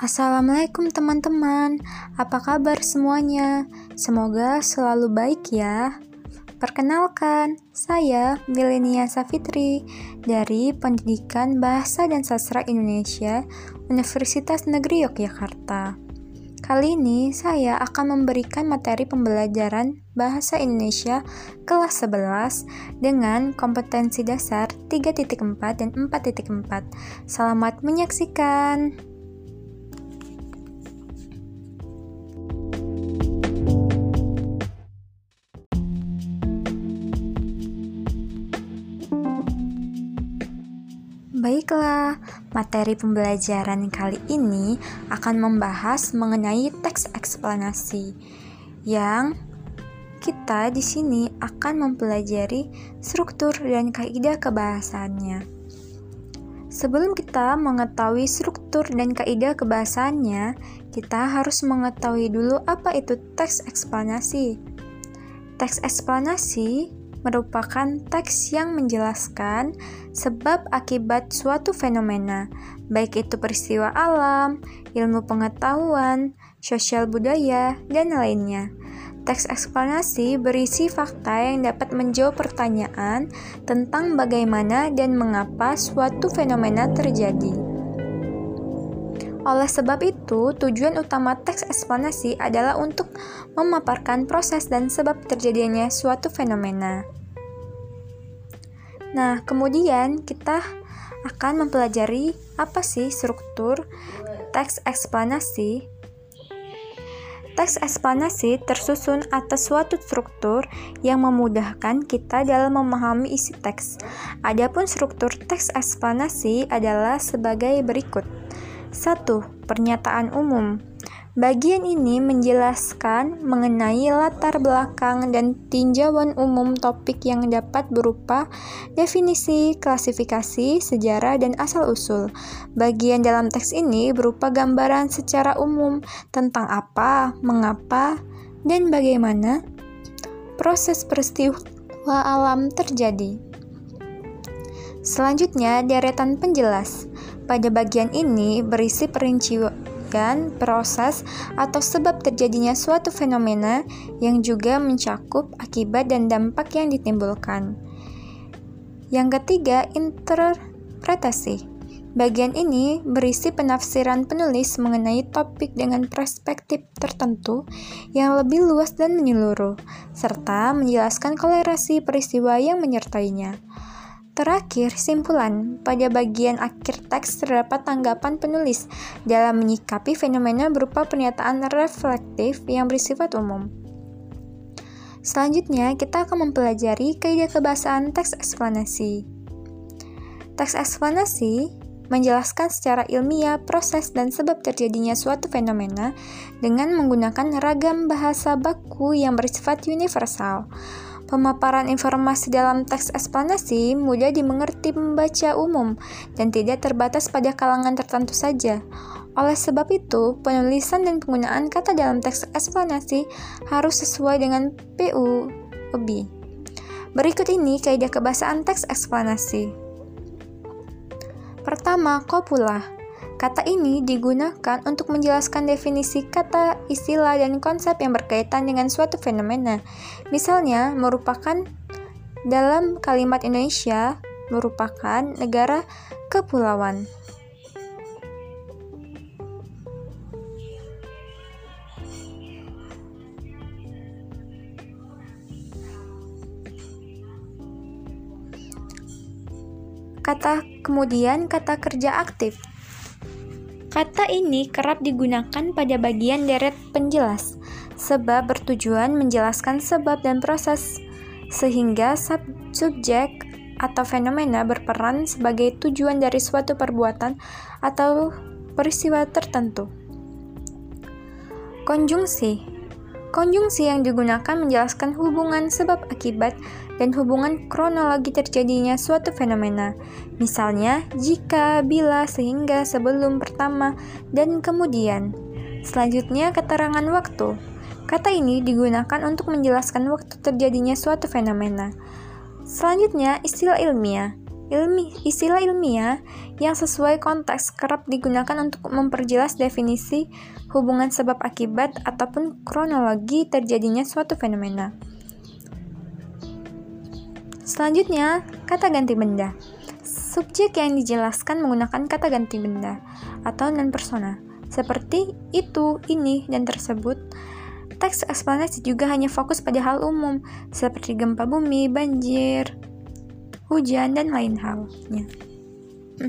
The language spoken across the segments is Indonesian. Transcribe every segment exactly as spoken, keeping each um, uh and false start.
Assalamualaikum teman-teman, apa kabar semuanya? Semoga selalu baik ya. Perkenalkan, saya Milenia Safitri dari Pendidikan Bahasa dan Sastra Indonesia Universitas Negeri Yogyakarta. Kali ini saya akan memberikan materi pembelajaran Bahasa Indonesia kelas sebelas dengan kompetensi dasar tiga titik empat dan empat titik empat. Selamat menyaksikan. Baiklah, materi pembelajaran kali ini akan membahas mengenai teks eksplanasi, yang kita di sini akan mempelajari struktur dan kaidah kebahasaannya. Sebelum kita mengetahui struktur dan kaidah kebahasaannya, kita harus mengetahui dulu apa itu teks eksplanasi. Teks eksplanasi merupakan teks yang menjelaskan sebab akibat suatu fenomena, baik itu peristiwa alam, ilmu pengetahuan, sosial budaya, dan lainnya. Teks eksplanasi berisi fakta yang dapat menjawab pertanyaan tentang bagaimana dan mengapa suatu fenomena terjadi. Oleh sebab itu, tujuan utama teks eksplanasi adalah untuk memaparkan proses dan sebab terjadinya suatu fenomena. Nah, kemudian kita akan mempelajari apa sih struktur teks eksplanasi. Teks eksplanasi tersusun atas suatu struktur yang memudahkan kita dalam memahami isi teks. Adapun struktur teks eksplanasi adalah sebagai berikut. satu. Pernyataan umum. Bagian ini menjelaskan mengenai latar belakang dan tinjauan umum topik yang dapat berupa definisi, klasifikasi, sejarah, dan asal-usul. Bagian dalam teks ini berupa gambaran secara umum tentang apa, mengapa, dan bagaimana proses peristiwa alam terjadi. Selanjutnya, deretan penjelas. Pada bagian ini berisi perincian proses atau sebab terjadinya suatu fenomena yang juga mencakup akibat dan dampak yang ditimbulkan. Yang ketiga, interpretasi. Bagian ini berisi penafsiran penulis mengenai topik dengan perspektif tertentu yang lebih luas dan menyeluruh, serta menjelaskan kolerasi peristiwa yang menyertainya. Terakhir, simpulan. Pada bagian akhir teks terdapat tanggapan penulis dalam menyikapi fenomena berupa pernyataan reflektif yang bersifat umum. Selanjutnya, kita akan mempelajari kaidah kebahasaan teks eksplanasi. Teks eksplanasi menjelaskan secara ilmiah proses dan sebab terjadinya suatu fenomena dengan menggunakan ragam bahasa baku yang bersifat universal. Pemaparan informasi dalam teks eksplanasi mudah dimengerti pembaca umum dan tidak terbatas pada kalangan tertentu saja. Oleh sebab itu, penulisan dan penggunaan kata dalam teks eksplanasi harus sesuai dengan P U B. Berikut ini kaidah kebahasaan teks eksplanasi. Pertama, kopula. Kata ini digunakan untuk menjelaskan definisi kata, istilah, dan konsep yang berkaitan dengan suatu fenomena. Misalnya, merupakan dalam kalimat Indonesia merupakan negara kepulauan. Kata kemudian kata kerja aktif. Kata ini kerap digunakan pada bagian deret penjelas, sebab bertujuan menjelaskan sebab dan proses, sehingga sub- subjek atau fenomena berperan sebagai tujuan dari suatu perbuatan atau peristiwa tertentu. Konjungsi. Konjungsi yang digunakan menjelaskan hubungan sebab akibat dan hubungan kronologi terjadinya suatu fenomena. Misalnya, jika, bila, sehingga, sebelum, pertama, dan kemudian. Selanjutnya, keterangan waktu. Kata ini digunakan untuk menjelaskan waktu terjadinya suatu fenomena. Selanjutnya, istilah ilmiah. Ilmi, istilah ilmiah yang sesuai konteks kerap digunakan untuk memperjelas definisi hubungan sebab akibat ataupun kronologi terjadinya suatu fenomena. Selanjutnya, kata ganti benda. Subjek yang dijelaskan menggunakan kata ganti benda atau non persona, seperti itu, ini, dan tersebut. Teks eksplanasi juga hanya fokus pada hal umum, seperti gempa bumi, banjir, hujan, dan lain halnya. Hmm.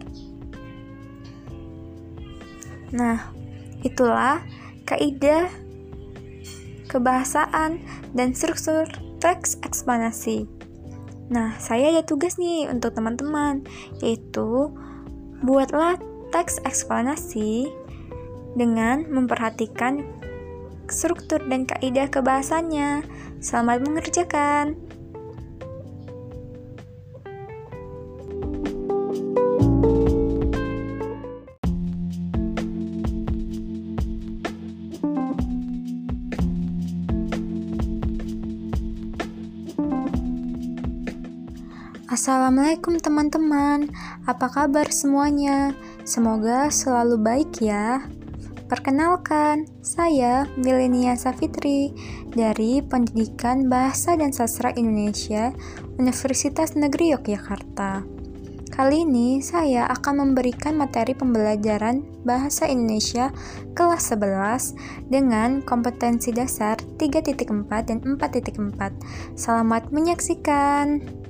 Nah, itulah kaidah kebahasaan dan struktur teks eksplanasi. Nah, saya ada tugas nih untuk teman-teman, yaitu buatlah teks eksplanasi dengan memperhatikan struktur dan kaidah kebahasannya. Selamat mengerjakan. Assalamualaikum teman-teman, apa kabar semuanya? Semoga selalu baik ya. Perkenalkan, saya Milenia Safitri dari Pendidikan Bahasa dan Sastra Indonesia Universitas Negeri Yogyakarta. Kali ini saya akan memberikan materi pembelajaran Bahasa Indonesia kelas sebelas dengan kompetensi dasar tiga titik empat dan empat titik empat. Selamat menyaksikan.